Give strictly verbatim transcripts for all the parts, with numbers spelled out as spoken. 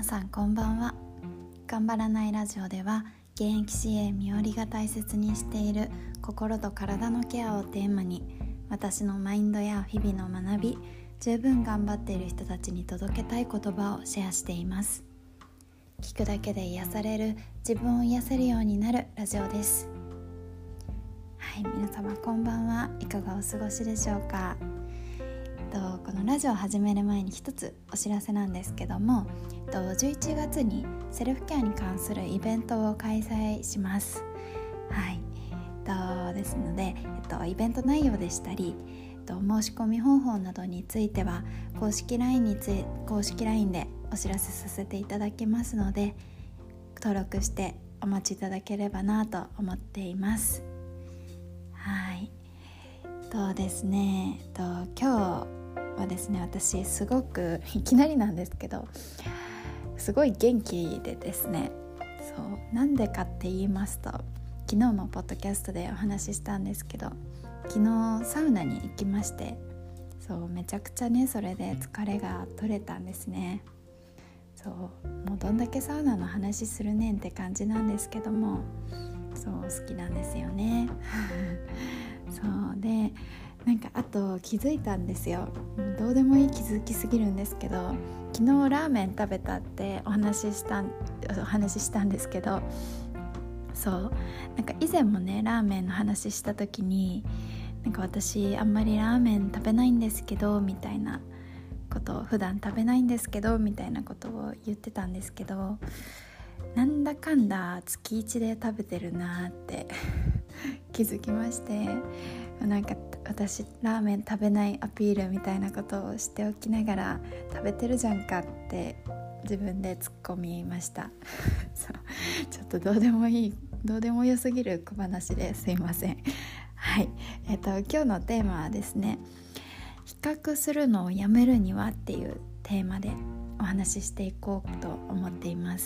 さんこんばんは。頑張らないラジオでは現役 シーエー みおりが大切にしている心と体のケアをテーマに、私のマインドや日々の学び、十分頑張っている人たちに届けたい言葉をシェアしています。聞くだけで癒される、自分を癒せるようになるラジオです。はい、皆様こんばんは。いかがお過ごしでしょうか。とこのラジオを始める前に一つお知らせなんですけども、とじゅういちがつにセルフケアに関するイベントを開催します。はい、とですので、えっと、イベント内容でしたり、えっと、申し込み方法などについては公式 ライン につい公式 ライン でお知らせさせていただきますので、登録してお待ちいただければなと思っています。はい、とですね、と今日はですね、私すごくいきなりなんですけどすごい元気でですね、そうなんでかって言いますと、昨日もポッドキャストでお話ししたんですけど、昨日サウナに行きまして、そうめちゃくちゃねそれで疲れが取れたんですね。そうもうどんだけサウナの話するねんって感じなんですけども、そう好きなんですよねそうでなんかあと気づいたんですよ。どうでもいい気づきすぎるんですけど、昨日ラーメン食べたってお話ししたお話ししたんですけど、そうなんか以前もねラーメンの話した時に、なんか私あんまりラーメン食べないんですけどみたいなことを、普段食べないんですけどみたいなことを言ってたんですけど、なんだかんだ月いちで食べてるなって気づきまして、なんか私ラーメン食べないアピールみたいなことをしておきながら、食べてるじゃんかって自分で突っ込みましたそうちょっとどうでもいいどうでもよすぎる小話ですいません。はい、えっと今日のテーマはですね、比較するのをやめるにはっていうテーマでお話ししていこうと思っています。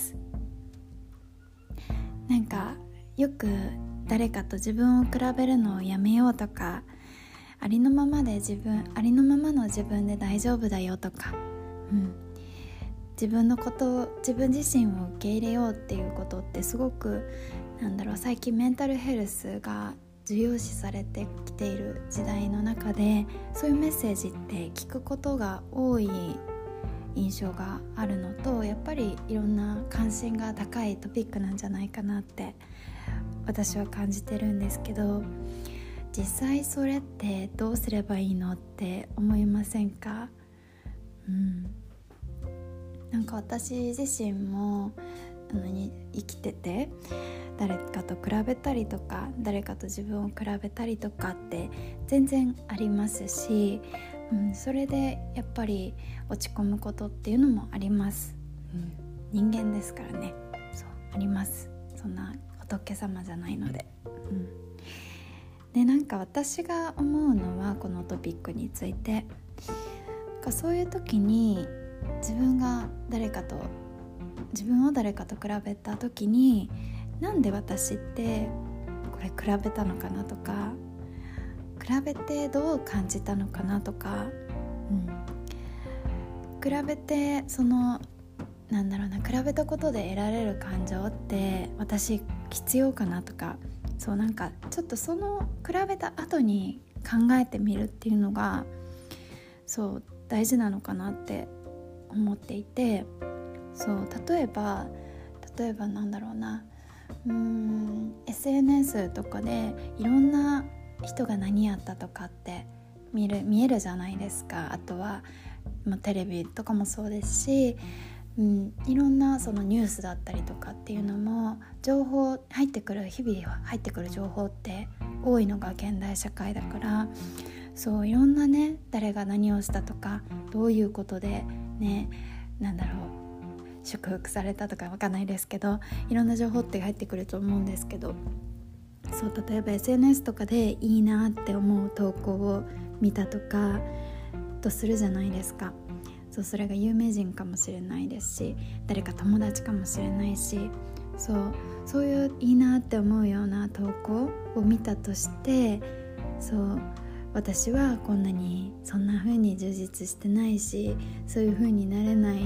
なんかよく誰かと自分を比べるのをやめようとか、ありのままで自分ありのままの自分で大丈夫だよとか、うん、自分のことを自分自身を受け入れようっていうことってすごくなんだろう最近メンタルヘルスが重要視されてきている時代の中で、そういうメッセージって聞くことが多い印象があるのと、やっぱりいろんな関心が高いトピックなんじゃないかなって私は感じてるんですけど、実際それってどうすればいいのって思いませんか？うん、なんか私自身もあのに生きてて誰かと比べたりとか、誰かと自分を比べたりとかって全然ありますし、うん、それでやっぱり落ち込むことっていうのもあります、うん、人間ですからね。そうあります。そんな仏様じゃないので、うん、でなんか私が思うのはこのトピックについて、なんかそういう時に自分が誰かと自分を誰かと比べた時に、なんで私ってこれ比べたのかなとか、比べてどう感じたのかなとか、うん、比べてそのなんだろうな比べたことで得られる感情って私必要かなとか、そうなんかちょっとその比べた後に考えてみるっていうのがそう大事なのかなって思っていて、そう例えば例えばなんだろうなうーん エスエヌエス とかでいろんな人が何やったとかって見る見えるじゃないですか。あとは、まあ、テレビとかもそうですし、うん、いろんなそのニュースだったりとかっていうのも情報入ってくる日々入ってくる情報って多いのが現代社会だから、そういろんなね誰が何をしたとか、どういうことでねなんだろう祝福されたとかわかんないですけど、いろんな情報って入ってくると思うんですけど、そう例えば エスエヌエス とかでいいなって思う投稿を見たとかとするじゃないですか。そうそれが有名人かもしれないですし、誰か友達かもしれないし、そうそういういいなって思うような投稿を見たとして、そう私はこんなにそんな風に充実してないし、そういう風になれない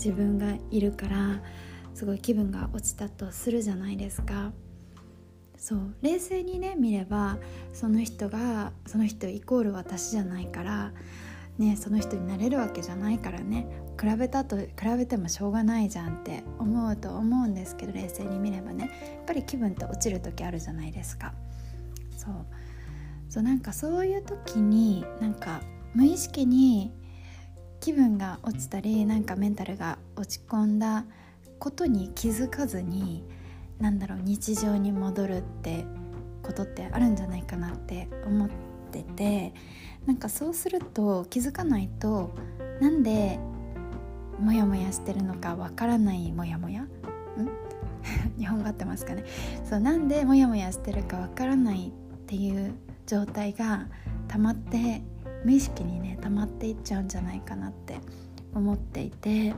自分がいるからすごい気分が落ちたとするじゃないですか。そう冷静にね見ればその人がその人イコール私じゃないからね、その人になれるわけじゃないからね、比べたと比べてもしょうがないじゃんって思うと思うんですけど、冷静に見ればねやっぱり気分って落ちる時あるじゃないですか。そうそうなんかそういう時になんか無意識に気分が落ちたりなんかメンタルが落ち込んだことに気づかずになんだろう日常に戻るってことってあるんじゃないかなって思ってて、なんかそうすると気づかないとなんでモヤモヤしてるのかわからないモヤモヤん日本語合ってますかね。そうなんでモヤモヤしてるかわからないっていう状態が溜まって無意識にね溜まっていっちゃうんじゃないかなって思っていて、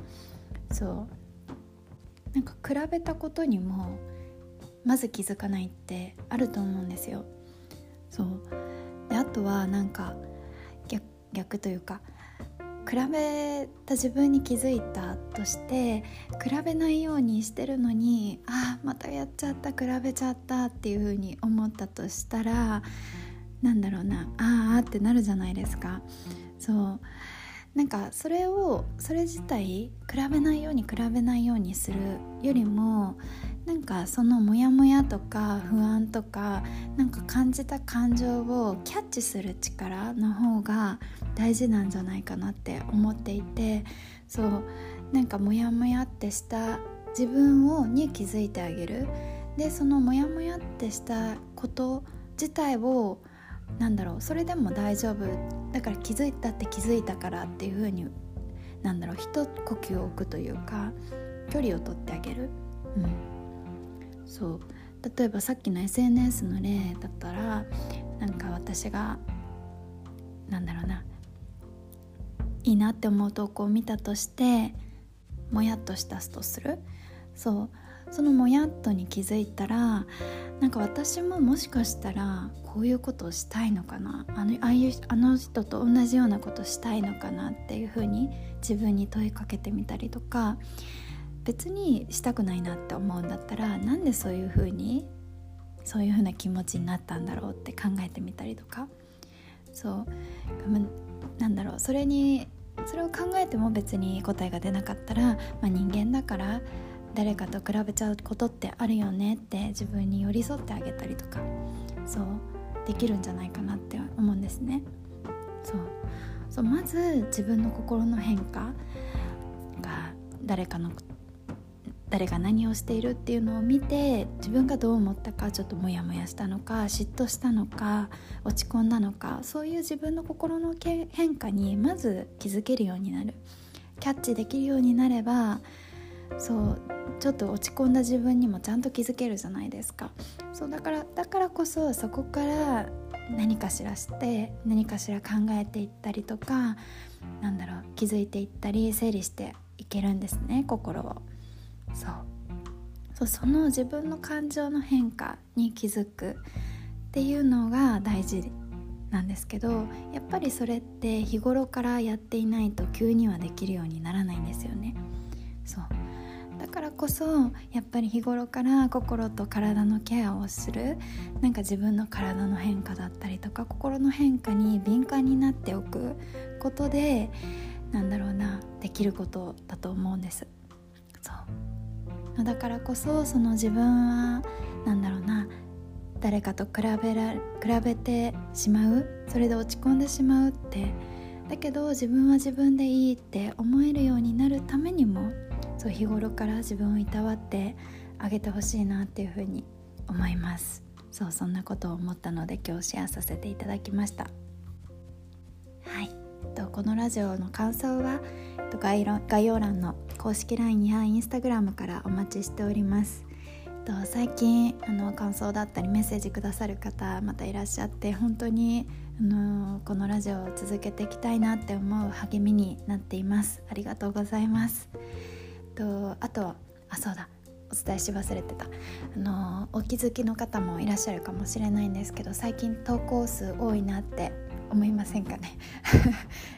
そうなんか比べたことにもまず気づかないってあると思うんですよ。そうであとはなんか 逆, 逆というか比べた自分に気づいたとして比べないようにしてるのにあまたやっちゃった比べちゃったっていう風に思ったとしたらなんだろうなあーってなるじゃないですか。そうなんかそれをそれ自体比べないように比べないようにするよりもなんかそのモヤモヤとか不安とかなんか感じた感情をキャッチする力の方が大事なんじゃないかなって思っていて、そうなんかモヤモヤってした自分をに気づいてあげる。でそのモヤモヤってしたこと自体をなんだろうそれでも大丈夫だから気づいたって気づいたからっていう風になんだろう一呼吸を置くというか距離を取ってあげる。うんそう例えばさっきの エスエヌエス の例だったらなんか私がなんだろうないいなって思う投稿を見たとしてもやっとしたとする。そうそのもやっとに気づいたらなんか私ももしかしたらこういうことをしたいのかなあの、ああいうあの人と同じようなことしたいのかなっていうふうに自分に問いかけてみたりとか、別にしたくないなって思うんだったらなんでそういうふうにそういうふうな気持ちになったんだろうって考えてみたりとか、そうなんだろうそれにそれを考えても別に答えが出なかったら、まあ、人間だから誰かと比べちゃうことってあるよねって自分に寄り添ってあげたりとかそうできるんじゃないかなって思うんですね。そうそうまず自分の心の変化が誰かの誰が何をしているっていうのを見て自分がどう思ったかちょっとモヤモヤしたのか嫉妬したのか落ち込んだのかそういう自分の心の変化にまず気づけるようになるキャッチできるようになればそうちょっと落ち込んだ自分にもちゃんと気づけるじゃないですか。そうだからだからこそそこから何かしらして何かしら考えていったりとかなんだろう気づいていったり整理していけるんですね心を。そうそうその自分の感情の変化に気づくっていうのが大事なんですけどやっぱりそれって日頃からやっていないと急にはできるようにならないんですよね。そうだからこそやっぱり日頃から心と体のケアをするなんか自分の体の変化だったりとか心の変化に敏感になっておくことでなんだろうなできることだと思うんです。そうだからこそその自分はなんだろうな誰かと比べら比べてしまうそれで落ち込んでしまうってだけど自分は自分でいいって思えるようになるためにもそう日頃から自分をいたわってあげてほしいなっていうふうに思います。そうそんなことを思ったので今日シェアさせていただきました。はい、とこのラジオの感想は概要欄の公式 ライン や インスタグラム からお待ちしております。と最近あの感想だったりメッセージくださる方またいらっしゃって本当にあのこのラジオを続けていきたいなって思う励みになっています。ありがとうございます。とあとあそうだお伝えし忘れてたあのお気づきの方もいらっしゃるかもしれないんですけど最近投稿数多いなって思いませんかね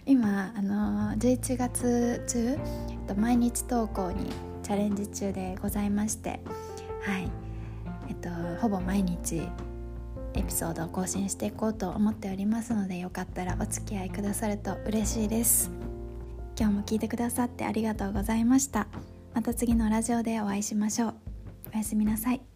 今あのじゅういちがつ中毎日投稿にチャレンジ中でございまして、はいえっと、ほぼ毎日エピソードを更新していこうと思っておりますので、よかったらお付き合いくださると嬉しいです。今日も聞いてくださってありがとうございました。また次のラジオでお会いしましょう。おやすみなさい。